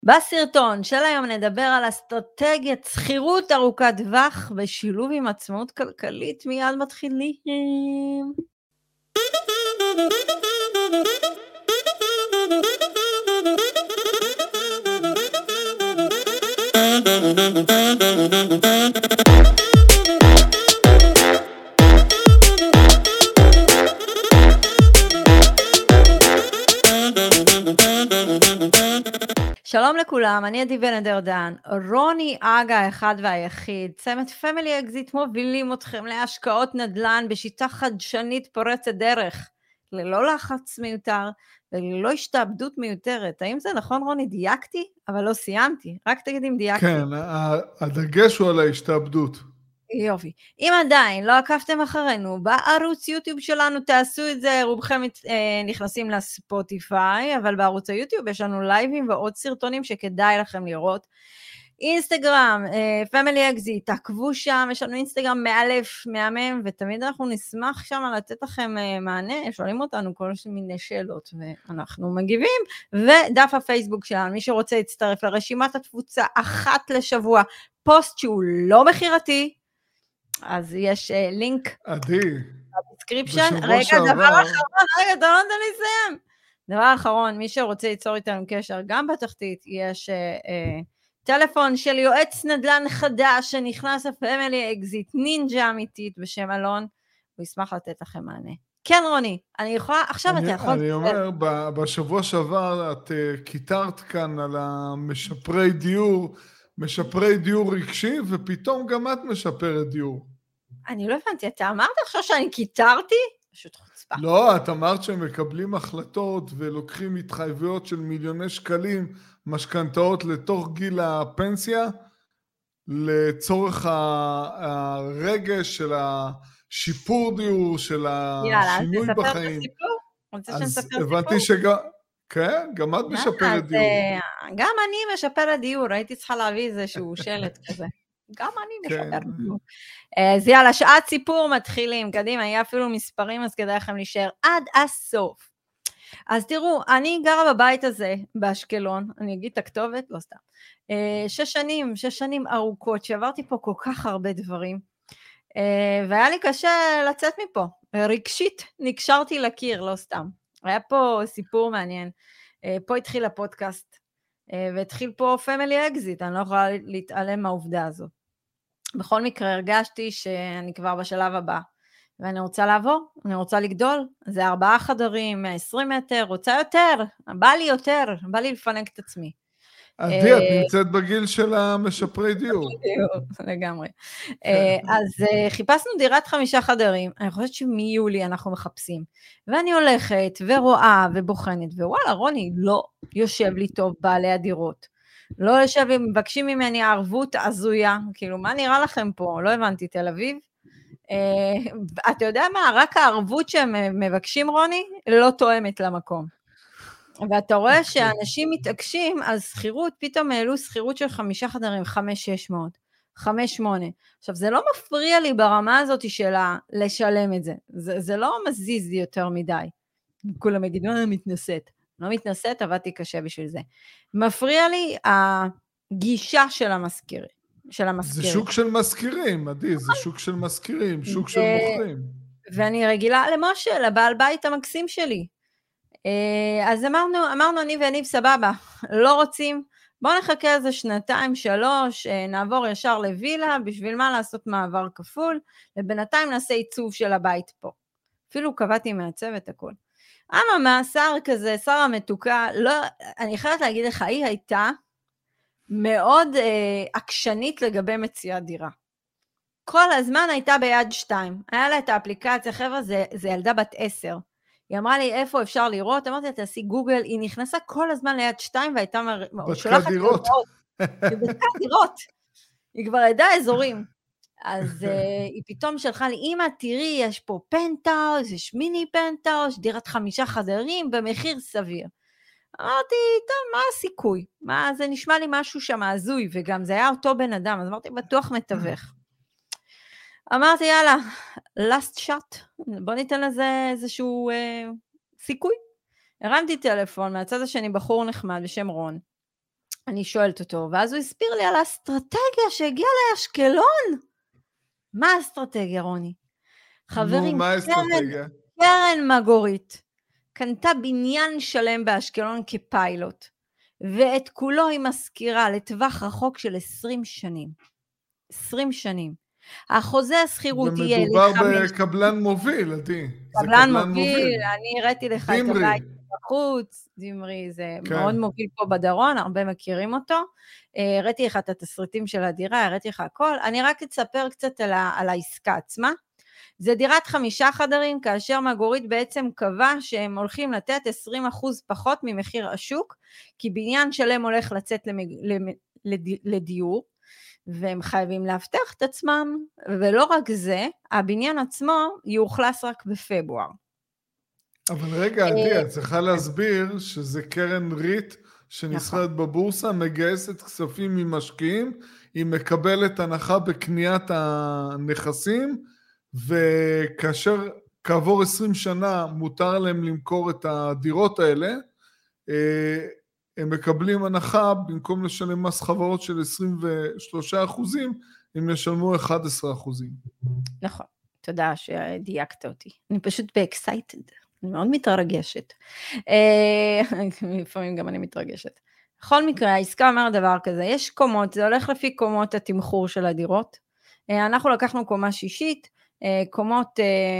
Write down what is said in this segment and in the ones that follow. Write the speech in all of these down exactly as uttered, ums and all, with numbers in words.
בסרטון של היום נדבר על אסטרטגיית שכירות ארוכת טווח בשילוב עם עצמאות כלכלית. מיד מתחילים. שלום לכולם, אני עדי בן-אדר דן, רוני אגה האחד והיחיד, צוות פמילי אקזיט מובילים אתכם להשקעות נדל"ן בשיטה חדשנית פורצת דרך, ללא לחץ מיותר וללא השתעבדות מיותרת. האם זה נכון רוני? דייקתי? אבל לא סיימתי, רק תגיד אם דייקתי. כן, הדגש הוא על ההשתעבדות. יופי. אם עדיין לא עקבתם אחרינו בערוץ יוטיוב שלנו, תעשו את זה. רובכם נכנסים לספוטיפיי, אבל בערוץ היוטיוב יש לנו לייבים ועוד סרטונים שכדאי לכם לראות. אינסטגרם, פמילי אקזיט, תעקבו שם, יש לנו אינסטגרם מאלף, מהמם, ותמיד אנחנו נשמח שם לתת לכם מענה, שואלים אותנו כל מיני שאלות ואנחנו מגיבים, ודף הפייסבוק שלנו, מי שרוצה להצטרף לרשימת התפוצה אחת לשבוע, פוסט שהוא לא מחירתי, אז יש uh, לינק עדי, בדסקריפשן. רגע, שעבר... דבר אחרון, רגע, אתה לא נותן לי לסיים. דבר אחרון, מי שרוצה ליצור איתנו קשר, גם בתחתית יש uh, uh, טלפון של יועץ נדל"ן חדש, שנכנס לפמילי אקזיט, נינג'ה אמיתית בשם אלון, הוא ישמח לתת לכם מענה. כן רוני, אני יכולה, עכשיו אני, אתה יכול... אני אומר, בשבוע שעבר את uh, כיתרת כאן על המשפרי דיור, משפרי דיור רגשי, ופתאום גם את משפרת דיור. אני לא הבנתי, אתה אמרת עכשיו שאני כיתרתי? פשוט חוצפה. לא, את אמרת שהם מקבלים החלטות ולוקחים התחייבויות של מיליוני שקלים, משכנתאות לתוך גיל הפנסיה, לצורך הרגש של השיפור דיור, של השינוי בחיים. יאללה, אז תספר את הסיפור? רוצה שנספר סיפור? אז הבנתי שגם... כן, גם את משפרת דיור. גם אני משפרת דיור, הייתי צריכה להביא איזשהו שלט כזה. גם אני משפרת דיור. אז יאללה, שעת סיפור מתחילים, קדימה, יהיה אפילו מספרים, אז כדאי לכם להישאר עד הסוף. אז תראו, אני גרה בבית הזה, באשקלון, אני אגיד את הכתובת, לא סתם. שש שנים, שש שנים ארוכות, שעברתי פה כל כך הרבה דברים, והיה לי קשה לצאת מפה. רגשית נקשרתי לקיר, לא סתם. היה פה סיפור מעניין, פה התחיל הפודקאסט, והתחיל פה פמילי אקזיט, אני לא יכולה להתעלם מהעובדה הזאת. בכל מקרה הרגשתי שאני כבר בשלב הבא, ואני רוצה לעבור, אני רוצה לגדול, זה ארבעה חדרים, מאה ועשרים מטר, רוצה יותר, בא לי יותר, בא לי לפנק את עצמי. עדי, את נמצאת בגיל של המשפרי דיור. לגמרי. אז חיפשנו דירת חמישה חדרים, אני חושבת שמיולי אנחנו מחפשים, ואני הולכת ורואה ובוחנת, ווואלה רוני, לא יושב לי טוב בעלי הדירות, לא יושב, מבקשים ממני ערבות עזויה, כאילו מה נראה לכם פה, לא הבנתי, תל אביב, אתה יודע מה, רק הערבות שהם מבקשים רוני, לא תואמת למקום. ואתה רואה שאנשים מתעקשים על שכירות, פתאום העלו שכירות של חמישה חדרים, חמש שש מאות, חמש שמונה. עכשיו, זה לא מפריע לי ברמה הזאת שלה לשלם את זה. זה, זה לא מזיז לי יותר מדי. כולם יגידו, אני מתנסית. לא מתנסית, עבדתי קשה בשביל זה. מפריע לי הגישה של המזכירים. של המזכירים. זה שוק של מזכירים, עדי, זה שוק של מזכירים, שוק של מוכרים. ואני רגילה למשה, לבעל בית המקסים שלי. אז אמרנו, אמרנו אני ואניב סבבה, לא רוצים, בואו נחכה איזה שנתיים, שלוש, נעבור ישר לווילה, בשביל מה לעשות מעבר כפול, ובינתיים נעשה עיצוב של הבית פה. אפילו קבעתי מהצוות הכל. אממה, שר כזה, שר המתוקה, לא, אני חייבת להגיד לך, היא הייתה מאוד אה, עקשנית לגבי מציאת דירה. כל הזמן הייתה ביד שתיים, היה לה את האפליקציה, חבר'ה, זה, זה ילדה בת עשר, היא אמרה לי, איפה אפשר לראות? אמרתי, תעשי גוגל, היא נכנסה כל הזמן ליד שתיים, והייתה בדקה דירות. היא בדקה דירות. היא כבר ידעה אזורים. אז uh, היא פתאום שלחה לי, אמא, תראי, יש פה פנטאוס, יש מיני פנטאוס, דירת חמישה חדרים, במחיר סביר. אמרתי, טוב, מה הסיכוי? מה, זה נשמע לי משהו שם הזוי, וגם זה היה אותו בן אדם, אז אמרתי, בטוח מתווך. אמרתי, יאללה, last shot, בוא ניתן לזה איזשהו אה, סיכוי. הרמתי טלפון, מהצד השני בחור נחמד בשם רון, אני שואלת אותו, ואז הוא הסביר לי על האסטרטגיה שהגיעה לאשקלון. מה האסטרטגיה, רוני? חברים, נו, מה האסטרטגיה? קרן מגורית קנתה בניין שלם באשקלון כפיילוט, ואת כולו היא מזכירה לטווח רחוק של עשרים שנים. עשרים שנים. החוזה הסחירות יהיה ומדובר לחמש. בקבלן מוביל, עדי. קבלן מוביל, אני הראיתי לך את דימרי. הבית בחוץ, דימרי זה כן. מאוד מוביל פה בדרון, הרבה מכירים אותו, הראיתי לך את התסריטים של הדירה, הראיתי לך הכל, אני רק אספר קצת על, ה, על העסקה עצמה, זה דירת חמישה חדרים, כאשר מגורית בעצם קבע שהם הולכים לתת עשרים אחוז פחות ממחיר השוק, כי בניין שלם הולך לצאת למג... לד... לדיור, והם חייבים להבטח את עצמם, ולא רק זה, הבניין עצמו יאוכלס רק בפברואר. אבל רגע, עדי, את צריכה להסביר שזה קרן ריט שנסחרת בבורסה, מגייסת כספים ממשקיעים, היא מקבלת הנחה בקניית הנכסים, וכאשר כעבור עשרים שנה מותר להם למכור את הדירות האלה, הם מקבלים הנחה, במקום לשלם מס חברות של עשרים ושלושה אחוזים, הם ישלמו אחד עשר אחוזים. נכון, תודה שדייקת אותי. אני פשוט באקסייטד, אני מאוד מתרגשת. לפעמים גם אני מתרגשת. בכל מקרה, העסקה אומר דבר כזה, יש קומות, זה הולך לפי קומות התמחור של הדירות. אנחנו לקחנו קומה שישית, קומות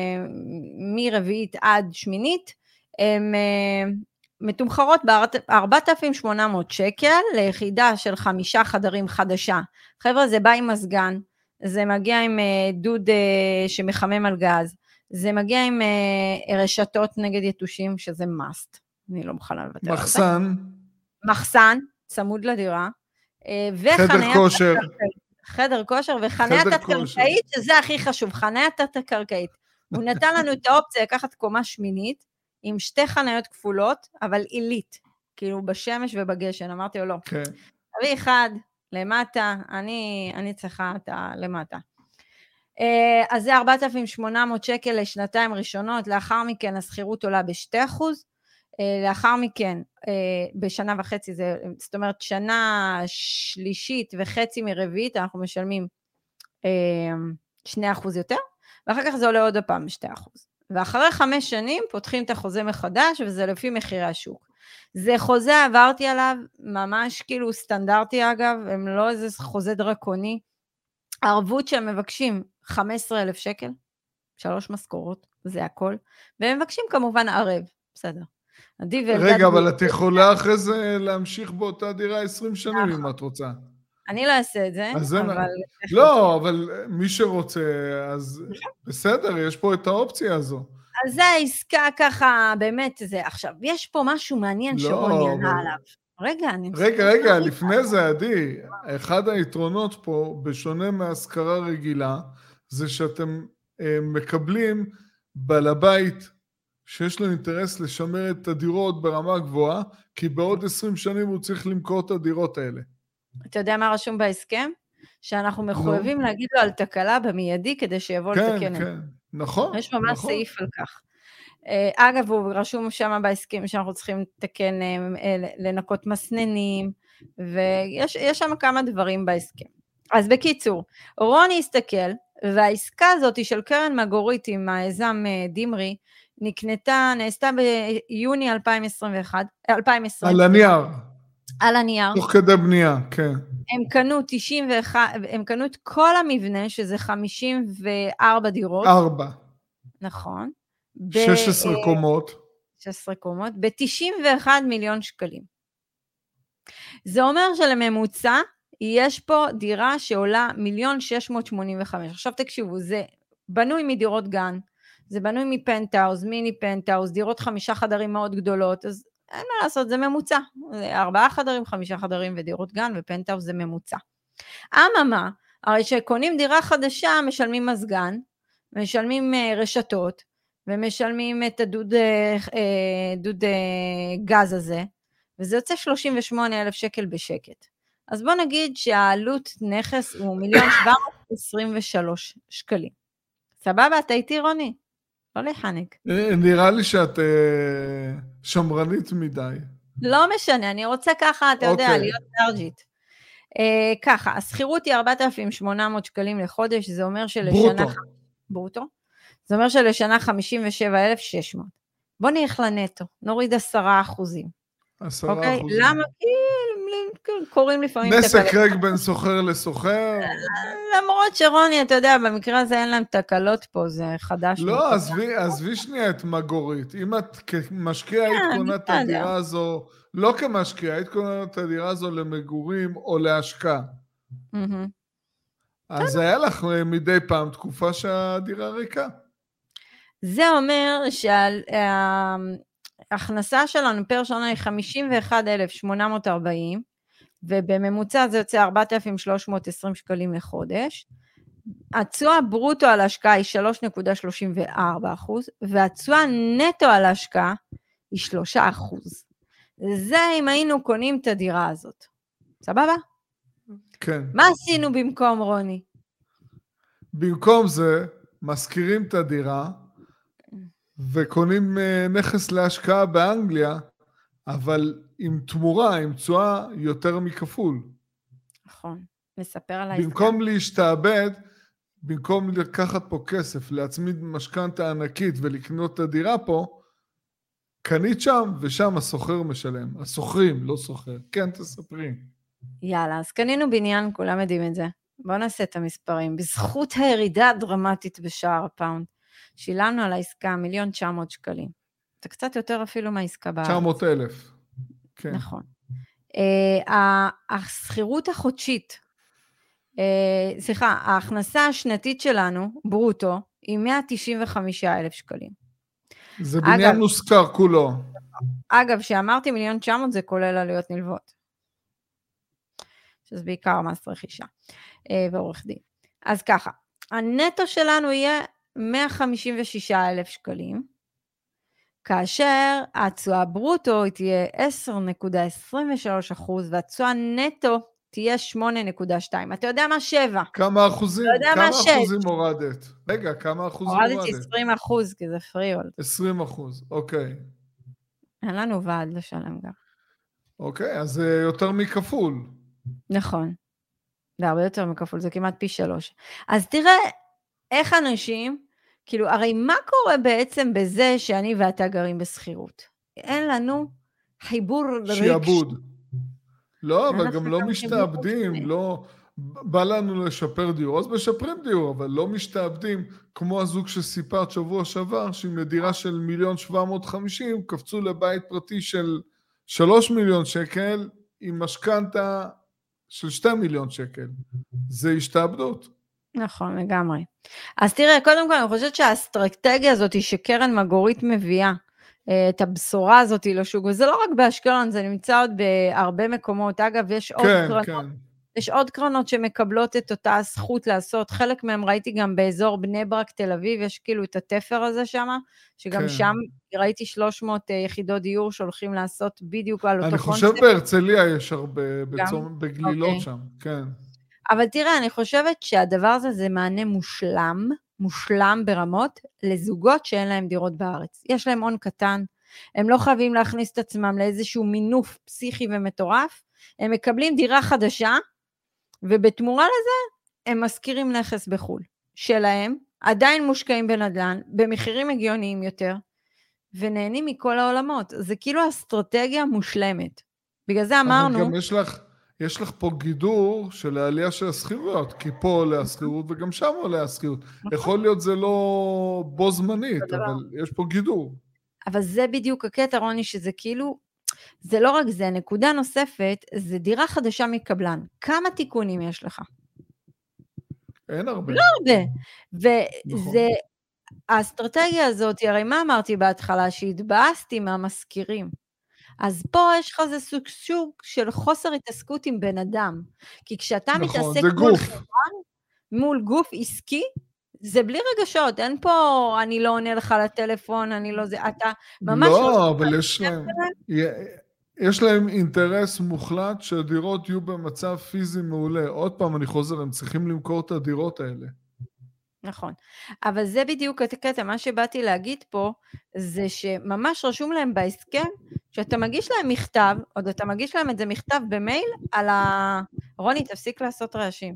מרביעית עד שמינית, הם מתומחרות ב-ארבעת אלפים ושמונה מאות שקל, ליחידה של חמישה חדרים חדשה. חבר'ה, זה בא עם מזגן, זה מגיע עם דוד שמחמם על גז, זה מגיע עם רשתות נגד יתושים, שזה must, אני לא מוכנה לוותר על זה. מחסן. מחסן, צמוד לדירה. חדר כושר. חדר כושר וחניית תת-קרקעית, שזה הכי חשוב, חניית תת-קרקעית. הוא נתן לנו את האופציה לקחת קומה שמינית, עם שתי חניות כפולות, אבל עילית, כאילו בשמש ובגשן, אמרתי לו לא. כן. תביא אחד, למטה, אני, אני צריכה את הלמטה. אז זה ארבעת אלפים ושמונה מאות שקל לשנתיים ראשונות, לאחר מכן הסחירות עולה ב-שני אחוז, לאחר מכן, בשנה וחצי, זה, זאת אומרת, שנה שלישית וחצי מרביעית, אנחנו משלמים שני אחוז יותר, ואחר כך זה עולה עוד הפעם ב-שני אחוז. ואחרי חמש שנים פותחים את החוזה מחדש, וזה לפי מחירי השוק. זה חוזה, עברתי עליו, ממש כאילו סטנדרטי אגב, הם לא איזה חוזה דרקוני, ערבות שהם מבקשים חמישה עשר אלף שקל, שלוש משכורות, זה הכל, והם מבקשים כמובן ערב, בסדר. רגע, אבל את יכולה אחרי זה להמשיך באותה דירה עשרים שנים אם את רוצה. אני לא אעשה את זה, אבל... לא, אבל מי שרוצה, אז בסדר, יש פה את האופציה הזו. אז זה העסקה ככה, באמת, זה עכשיו, יש פה משהו מעניין שרוני ענה עליו. רגע, אני... רגע, רגע, לפני זה, עדי, אחד היתרונות פה, בשונה מהשכרה רגילה, זה שאתם מקבלים בעל הבית שיש לו אינטרס לשמר את הדירות ברמה גבוהה, כי בעוד עשרים שנים הוא צריך למכור את הדירות האלה. אתה יודע מה רשום בהסכם? שאנחנו מחויבים להגיד לו על תקלה במיידי, כדי שיבוא לתקן את זה. כן, כן, נכון. יש ממש סעיף על כך. אגב, הוא רשום שם בהסכם שאנחנו צריכים לתקן, לנקות מסננים, ויש שם כמה דברים בהסכם. אז בקיצור, רוני הסתכל, והעסקה הזאת של קרן מגורית עם היזם דימרי, נקנתה, נעשתה ביוני אלפיים עשרים ואחת, אלפיים עשרים. על הנייר. על הנייר. תוך כדי בנייה, כן. הם קנו תשעים ואחת, הם קנו את כל המבנה, שזה חמישים וארבע דירות. ארבע. נכון. שש עשרה קומות. שש עשרה קומות, ב-תשעים ואחד מיליון שקלים. זה אומר שלממוצע, יש פה דירה שעולה מיליון שש מאות שמונים וחמש. עכשיו תקשיבו, זה בנוי מדירות גן, זה בנוי מפנטאוז, מיני פנטאוז, דירות חמישה חדרים מאוד גדולות, אז אין מה לעשות, זה ממוצע. זה ארבעה חדרים, חמישה חדרים ודירות גן, ופנטאוז זה ממוצע. אממה, הרי שקונים דירה חדשה, משלמים מזגן, משלמים רשתות, ומשלמים את הדוד דוד גז הזה, וזה יוצא שלושים ושמונה אלף שקל בשקט. אז בוא נגיד שהעלות נכס הוא מיליון שבע מאות עשרים ושלוש שקלים. סבבה, אתה איתי רוני? לא לחנק. נראה לי שאת שמרנית מדי. לא משנה, אני רוצה ככה, אתה יודע, אוקיי. להיות לארג'ית. אה, ככה, השכירות היא ארבעת אלפים שמונה מאות שקלים לחודש, זה אומר שלשנה... ברוטו. ברוטו? זה אומר שלשנה חמישים ושבעה אלף ושש מאות. בוא נלך לנטו, נוריד עשרה אחוזים. עשרה אוקיי? אחוזים. למה? כי קוראים לפעמים... נסק רגע בין סוחר לסוחר. למרות שרוני, אתה יודע, במקרה הזה אין להם תקלות פה, זה חדש. לא, עזבי שנייה את מגורית. אם את כמשקיעה היית קונה את הדירה הזו, לא כמשקיעה, היית קונה את הדירה הזו למגורים או להשקעה. אז היה לך מדי פעם תקופה שהדירה ריקה. זה אומר שההכנסה שלנו פר שנה היא חמישים ואחד אלף שמונה מאות וארבעים, ובממוצע זה יוצא ארבעת אלפים שלוש מאות ועשרים שקלים לחודש. התשואה ברוטו על ההשקעה היא שלוש נקודה שלושים וארבע אחוז, והתשואה נטו על ההשקעה היא שלושה אחוז. זה אם היינו קונים את הדירה הזאת. סבבה? כן. מה עשינו במקום, רוני? במקום זה, מזכירים את הדירה, וקונים נכס להשקעה באנגליה, אבל עם תמורה, עם תשואה יותר מכפול. נכון, מספר על העסקה. במקום להשתעבד, במקום לקחת פה כסף, להצמיד משכנתא ענקית ולקנות את הדירה פה, קנית שם, ושם הסוחר משלם. הסוחרים, לא סוחר. כן, תספרי. יאללה, אז קנינו בניין, כולם יודעים את זה. בואו נעשה את המספרים. בזכות הירידה הדרמטית בשער הפאונד, שילמנו על העסקה מיליון תשע מאות שקלים. זה קצת יותר אפילו מהעסקה בארץ. תשע מאות אלף. כן. נכון. Uh, הסחירות החודשית, uh, סליחה, ההכנסה השנתית שלנו, ברוטו, היא מאה תשעים וחמישה אלף שקלים. זה בניין אגב, מושכר כולו. אגב, שאמרתי מיליון תשע מאות זה כולל עלויות נלוות. שזה בעיקר מס רכישה uh, ועורך דין. אז ככה, הנטו שלנו יהיה מאה חמישים ושישה אלף שקלים, כאשר התשואה ברוטו תהיה עשר נקודה עשרים ושלוש אחוז, והתשואה נטו תהיה שמונה נקודה שתיים. אתה יודע מה שבע? כמה אחוזים? כמה אחוזים הורדת? רגע, כמה אחוזים הורדת? הורדתי עשרים אחוז, כי זה פריולד. עשרים אחוז, אוקיי. אין לנו ועד לשלם גם. אוקיי, אז זה יותר מכפול. נכון. זה הרבה יותר מכפול, זה כמעט פי שלוש. אז תראה איך אנשים... כאילו, הרי מה קורה בעצם בזה שאני ואתה גרים בסחירות? אין לנו חיבור רגשי. שיעבוד. לא, אבל גם לא משתעבדים, לא... בא לנו לשפר דיור, אז משפרים דיור, אבל לא משתעבדים, כמו הזוג שסיפרת שבוע שעבר, שעם לדירה של מיליון שבע מאות וחמישים, קפצו לבית פרטי של שלוש מיליון שקל, עם משכנתא של שתי מיליון שקל. זה השתעבדות. נכון, לגמרי. אז תראה, קודם כל, אני חושבת שהאסטרטגיה הזאת היא שקרן מגורית מביאה את הבשורה הזאת לשוק, וזה לא רק באשקלון, זה נמצא עוד בהרבה מקומות. אגב, יש עוד כן, קרנות, כן. יש עוד קרנות שמקבלות את אותה הזכות לעשות, חלק מהם ראיתי גם באזור בני ברק תל אביב, יש כאילו את התפר הזה שם, שגם כן. שם ראיתי שלוש מאות יחידות דיור שהולכים לעשות בדיוק על אותו קונספט. אני חושב בהרצליה יש הרבה, בצום, בגלילות okay. שם, כן. אבל תראה, אני חושבת שהדבר הזה זה מענה מושלם, מושלם ברמות, לזוגות שאין להם דירות בארץ. יש להם הון קטן, הם לא חייבים להכניס את עצמם לאיזשהו מינוף פסיכי ומטורף, הם מקבלים דירה חדשה, ובתמורה לזה, הם מזכירים נכס בחול שלהם, עדיין מושקעים בנדל"ן, במחירים הגיוניים יותר, ונהנים מכל העולמות. זה כאילו אסטרטגיה מושלמת. בגלל זה אמרנו... אבל גם יש לך... יש לך פה גידור של העלייה של הסחירויות, כי פה עולה הסחירות וגם שם עולה הסחירות. יכול להיות זה לא בו זמנית, אבל יש פה גידור. אבל זה בדיוק הקטע, רוני, שזה כאילו, זה לא רק זה, נקודה נוספת, זה דירה חדשה מקבלן. כמה תיקונים יש לך? אין הרבה. לא הרבה. וזה, האסטרטגיה הזאת, הרי מה אמרתי בהתחלה? שהתבאסתי מהמזכירים. אז פה יש לך איזה סוג סוג של חוסר התעסקות עם בן אדם, כי כשאתה נכון, מתעסק מול חברן, מול גוף עסקי, זה בלי רגשות, אין פה, אני לא עונה לך לטלפון, אני לא זה, אתה ממש לא... לא, אבל יש להם, יש להם אינטרס מוחלט שהדירות יהיו במצב פיזי מעולה. עוד פעם אני חוזר, הם צריכים למכור את הדירות האלה. נכון. אבל זה בדיוק הקטע, מה שבאתי להגיד פה, זה שממש רשום להם בהסכם, שאתה מגיש להם מכתב, עוד אתה מגיש להם את זה מכתב במייל, על ה... רוני, תפסיק לעשות רעשים.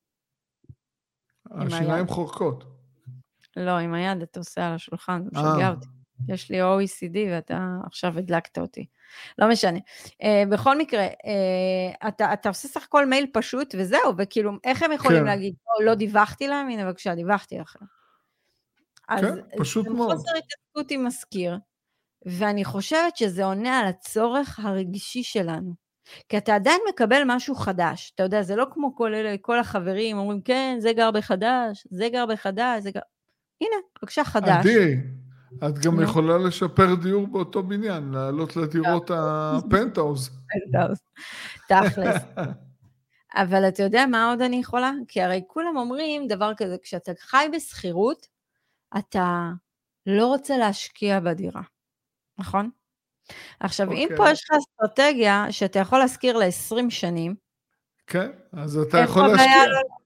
השיניים חורקות. לא, עם היד אתה עושה על השולחן, זה משגע אותי. יש לי או אי סי די ואתה עכשיו הדלקת אותי. לא משנה. Uh, בכל מקרה, uh, אתה, אתה עושה סך הכל מייל פשוט וזהו, וכאילו, איך הם יכולים כן. להגיד, לא, לא דיווחתי להם? הנה בבקשה, דיווחתי לכם. כן, אז פשוט מאוד. זה חוסר התעסקות עם מזכיר, ואני חושבת שזה עונה על הצורך הרגשי שלנו. כי אתה עדיין מקבל משהו חדש. אתה יודע, זה לא כמו כל אלה, כל החברים אומרים, כן, זה גר בחדש, זה גר בחדש, זה גר... הנה, בבקשה חדש. עדי, את גם יכולה לשפר דיור באותו בניין, לעלות לדירות הפנטהאוז. פנטהאוז, תכלס. אבל אתה יודע מה עוד אני יכולה? כי הרי כולם אומרים דבר כזה, כשאתה חי בסחירות, אתה לא רוצה להשקיע בדירה, נכון? עכשיו, אם פה יש לך אסטרטגיה שאתה יכול להזכיר ל-עשרים שנים, כן, אז אתה יכול להשקיע.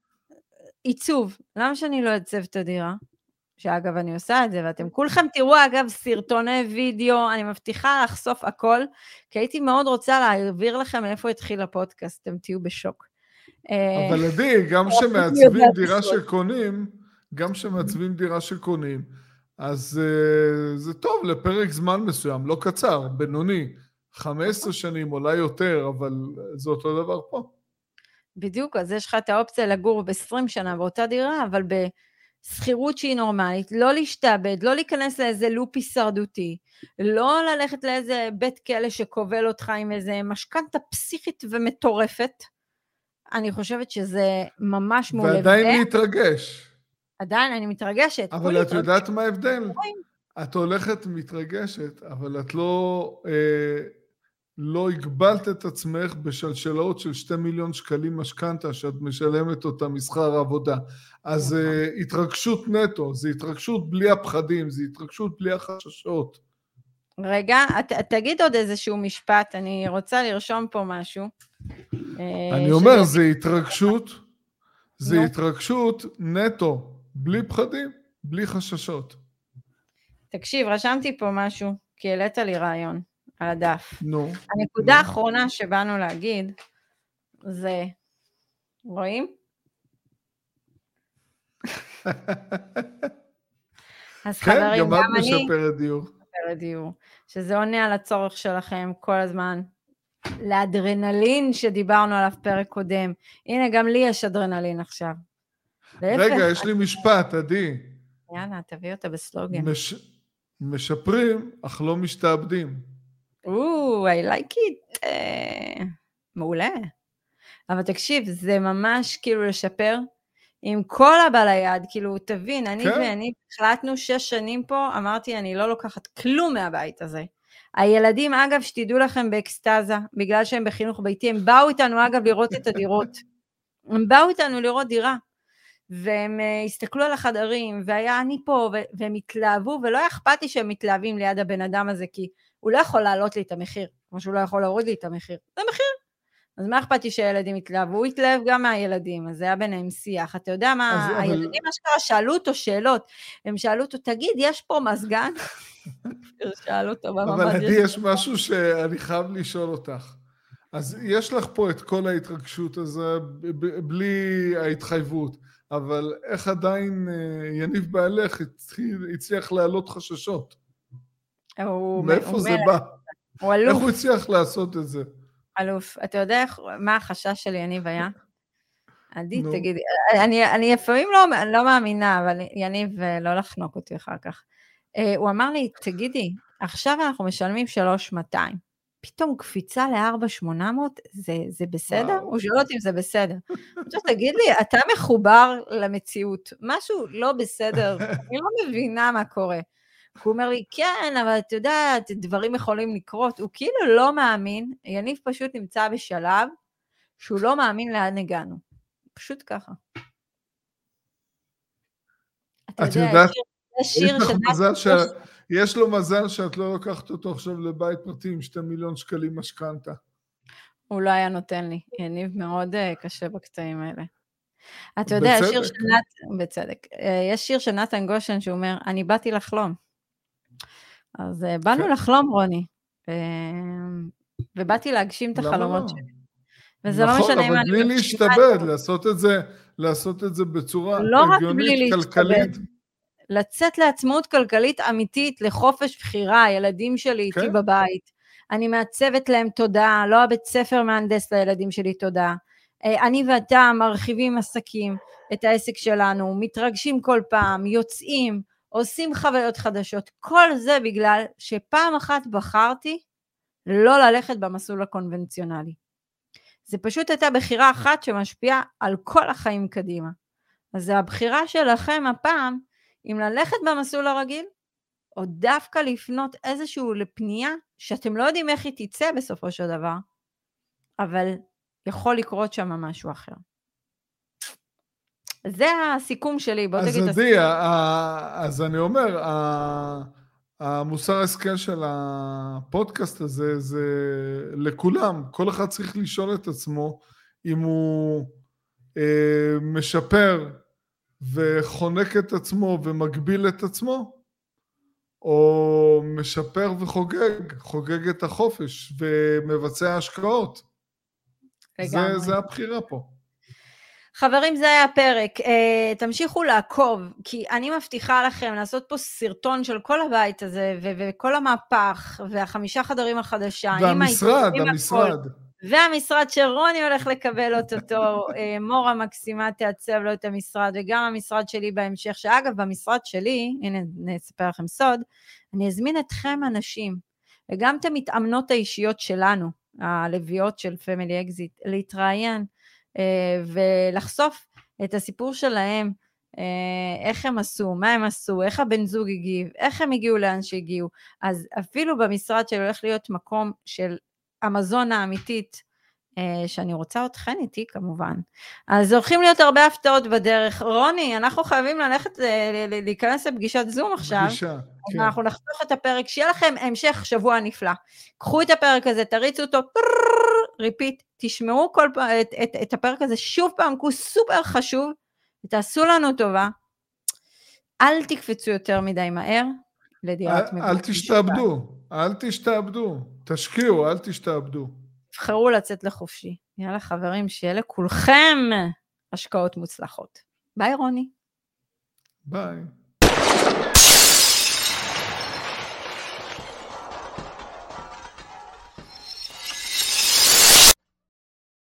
עיצוב, למה שאני לא אעצב את הדירה? שאגב אני עושה את זה, ואתם כולכם תראו אגב סרטוני וידאו, אני מבטיחה לחשוף הכל, כי הייתי מאוד רוצה להעביר לכם איפה התחיל הפודקאסט, אתם תהיו בשוק. אבל עדי, גם שמעצבים דירה שקונים, גם שמעצבים דירה שקונים, אז uh, זה טוב לפרק זמן מסוים, לא קצר, בינוני, חמש עשרה שנים, אולי יותר, אבל זה אותו דבר פה. בדיוק, אז יש לך את האופציה לגור ב-עשרים שנה באותה דירה, אבל בסחירות שהיא נורמלית, לא להשתעבד, לא להיכנס לאיזה לופ הישרדותי, לא ללכת לאיזה בית כלא שכובל אותך עם איזה משכנתה פסיכית ומטורפת. אני חושבת שזה ממש מעולה. ועדיין להתרגש. עדיין אני מתרגשת. אבל את יודעת מה ההבדל? את הולכת מתרגשת, אבל את לא, אה, לא הגבלת את עצמך בשלשלות של שתי מיליון שקלים משכנתה, שאת משלמת אותה משכר העבודה. אז אה, התרגשות נטו, זה התרגשות בלי הפחדים, זה התרגשות בלי החששות. רגע, ת, תגיד עוד איזשהו משפט, אני רוצה לרשום פה משהו. אני אומר, זה התרגשות, זה התרגשות נטו. בלי פחדים, בלי חששות. תקשיב, רשמתי פה משהו, כי העלית לי רעיון על הדף. נו. הנקודה האחרונה שבאנו להגיד, זה, רואים? אז כן, חברים, גם את משפרת דיור. משפרת דיור, שזה עונה על הצורך שלכם כל הזמן, לאדרנלין שדיברנו עליו פרק קודם. הנה, גם לי יש אדרנלין עכשיו. רגע, יש לי משפט, עדי. יאללה, תביא אותה בסלוגן. משפרים, אך לא משתעבדים. או, I like it. מעולה. אבל תקשיב, זה ממש כאילו לשפר עם כל הבא ליד, כאילו תבין, אני ואני החלטנו שש שנים פה, אמרתי, אני לא לוקחת כלום מהבית הזה. הילדים, אגב, שתדעו לכם באקסטאזה, בגלל שהם בחינוך ביתי, הם באו איתנו, אגב, לראות את הדירות. הם באו איתנו לראות דירה. והם הסתכלו על החדרים, והיה אני פה, והם התלהבו, ולא היה אכפתי שהם מתלהבים ליד הבן אדם הזה, כי הוא לא יכול לעלות לי את המחיר, כמו שהוא לא יכול להוריד לי את המחיר. זה מחיר. אז מה אכפתי שהילדים התלהבו? הוא התלהב גם מהילדים, אז זה היה ביניהם שיח. אתה יודע מה, הילדים אשכרה שאלו אותו שאלות, הם שאלו אותו, תגיד, יש פה מזגן? שאלו אותו בממד. אבל עדי, יש משהו שאני חייב לשאול אותך. אז יש לך פה את כל ההתרגשות הזה, בלי ההתחייבות, אבל איך עדיין יניב בעלך הצליח להעלות חששות? מאיפה זה בא? איך הוא הצליח לעשות את זה? אלוף, אתה יודע מה החשש של יניב היה? עדי, תגידי, אני לפעמים לא מאמינה, אבל יניב לא לחנוק אותי אחר כך. הוא אמר לי, תגידי, עכשיו אנחנו משלמים שלוש מאתיים, פתאום קפיצה ל-ארבע שמונה מאות, זה בסדר? הוא שואל אותי אם זה בסדר. עכשיו תגיד לי, אתה מחובר למציאות, משהו לא בסדר, אני לא מבינה מה קורה. הוא אומר לי, כן, אבל אתה יודע, דברים יכולים לקרות, הוא כאילו לא מאמין, יניב פשוט נמצא בשלב, שהוא לא מאמין לאן הגענו. פשוט ככה. את יודעת, יש לו מזל שאת לא לוקחת אותו עכשיו לבית פרטי עם שתי מיליון שקלים משכנתה. הוא לא היה נותן לי, יניב מאוד קשה בקטעים האלה. אתה יודע, יש שיר של נתן, בצדק, יש שיר של נתן גושן שהוא אומר, אני באתי לחלום. אז באנו לחלום, רוני, ובאתי להגשים את החלומות שלי. וזה לא משנה אם אני... נכון, אבל בלי להשתבד, לעשות את זה, לעשות את זה בצורה הגיונית, כלכלית. לצאת לעצמאות כלכלית אמיתית, לחופש בחירה, הילדים שלי איתי בבית. אני מעצבת להם תודה, לא הבית ספר מהנדס לילדים שלי תודה. אני ואתה מרחיבים עסקים, את העסק שלנו, מתרגשים כל פעם, יוצאים, עושים חוויות חדשות. כל זה בגלל שפעם אחת בחרתי לא ללכת במסלול הקונבנציונלי. זה פשוט הייתה בחירה אחת שמשפיעה על כל החיים קדימה. אז זה הבחירה שלכם הפעם, אם ללכת במסלול הרגיל, או דווקא לפנות איזשהו לפנייה, שאתם לא יודעים איך היא תצא בסופו של דבר, אבל יכול לקרות שם משהו אחר. זה הסיכום שלי, בוא תגיד את הסיכום. אז אני אומר, המוסר ההשכל של הפודקאסט הזה, זה לכולם, כל אחד צריך לשאול את עצמו, אם הוא משפר וחונק את עצמו ומגביל את עצמו, או משפר וחוגג, חוגג את החופש ומבצע השקעות. זה, זה הבחירה פה. חברים, זה היה הפרק. Uh, תמשיכו לעקוב, כי אני מבטיחה לכם לעשות פה סרטון של כל הבית הזה, ו- וכל המהפך, והחמישה חדרים החדשה. והמשרד, המשרד. והמשרד שרוני הולך לקבל אותו, מורה מקסימה תעצב לו את המשרד, וגם המשרד שלי בהמשך, שאגב, במשרד שלי, הנה נספר לכם סוד, אני אזמין אתכם אנשים, וגם את המתאמנות האישיות שלנו, הלוויות של פמילי אקזיט, להתראיין, ולחשוף את הסיפור שלהם, איך הם עשו, מה הם עשו, איך הבן זוג הגיב, איך הם הגיעו לאן שהגיעו. אז אפילו במשרד שלי הולך להיות מקום של אמזון האמיתית, שאני רוצה אתכן איתי כמובן. אז הולכים להיות הרבה הפתעות בדרך. רוני, אנחנו חייבים ללכת להיכנס לפגישת זום עכשיו. פגישה, כן. אנחנו נחתוך את הפרק, שיהיה לכם המשך שבוע נפלא. קחו את הפרק הזה, תריצו אותו, ריפיט, תשמעו כל פעם את, את, את הפרק הזה שוב פעם, הוא סופר חשוב, ותעשו לנו טובה. אל תקפצו יותר מדי מהר לדירת מגורים. אל תשתעבדו, אל תשתעבדו, תשקיעו, אל תשתעבדו. תבחרו לצאת לחופשי. יאללה חברים, שיהיה לכולכם השקעות מוצלחות. ביי רוני. ביי.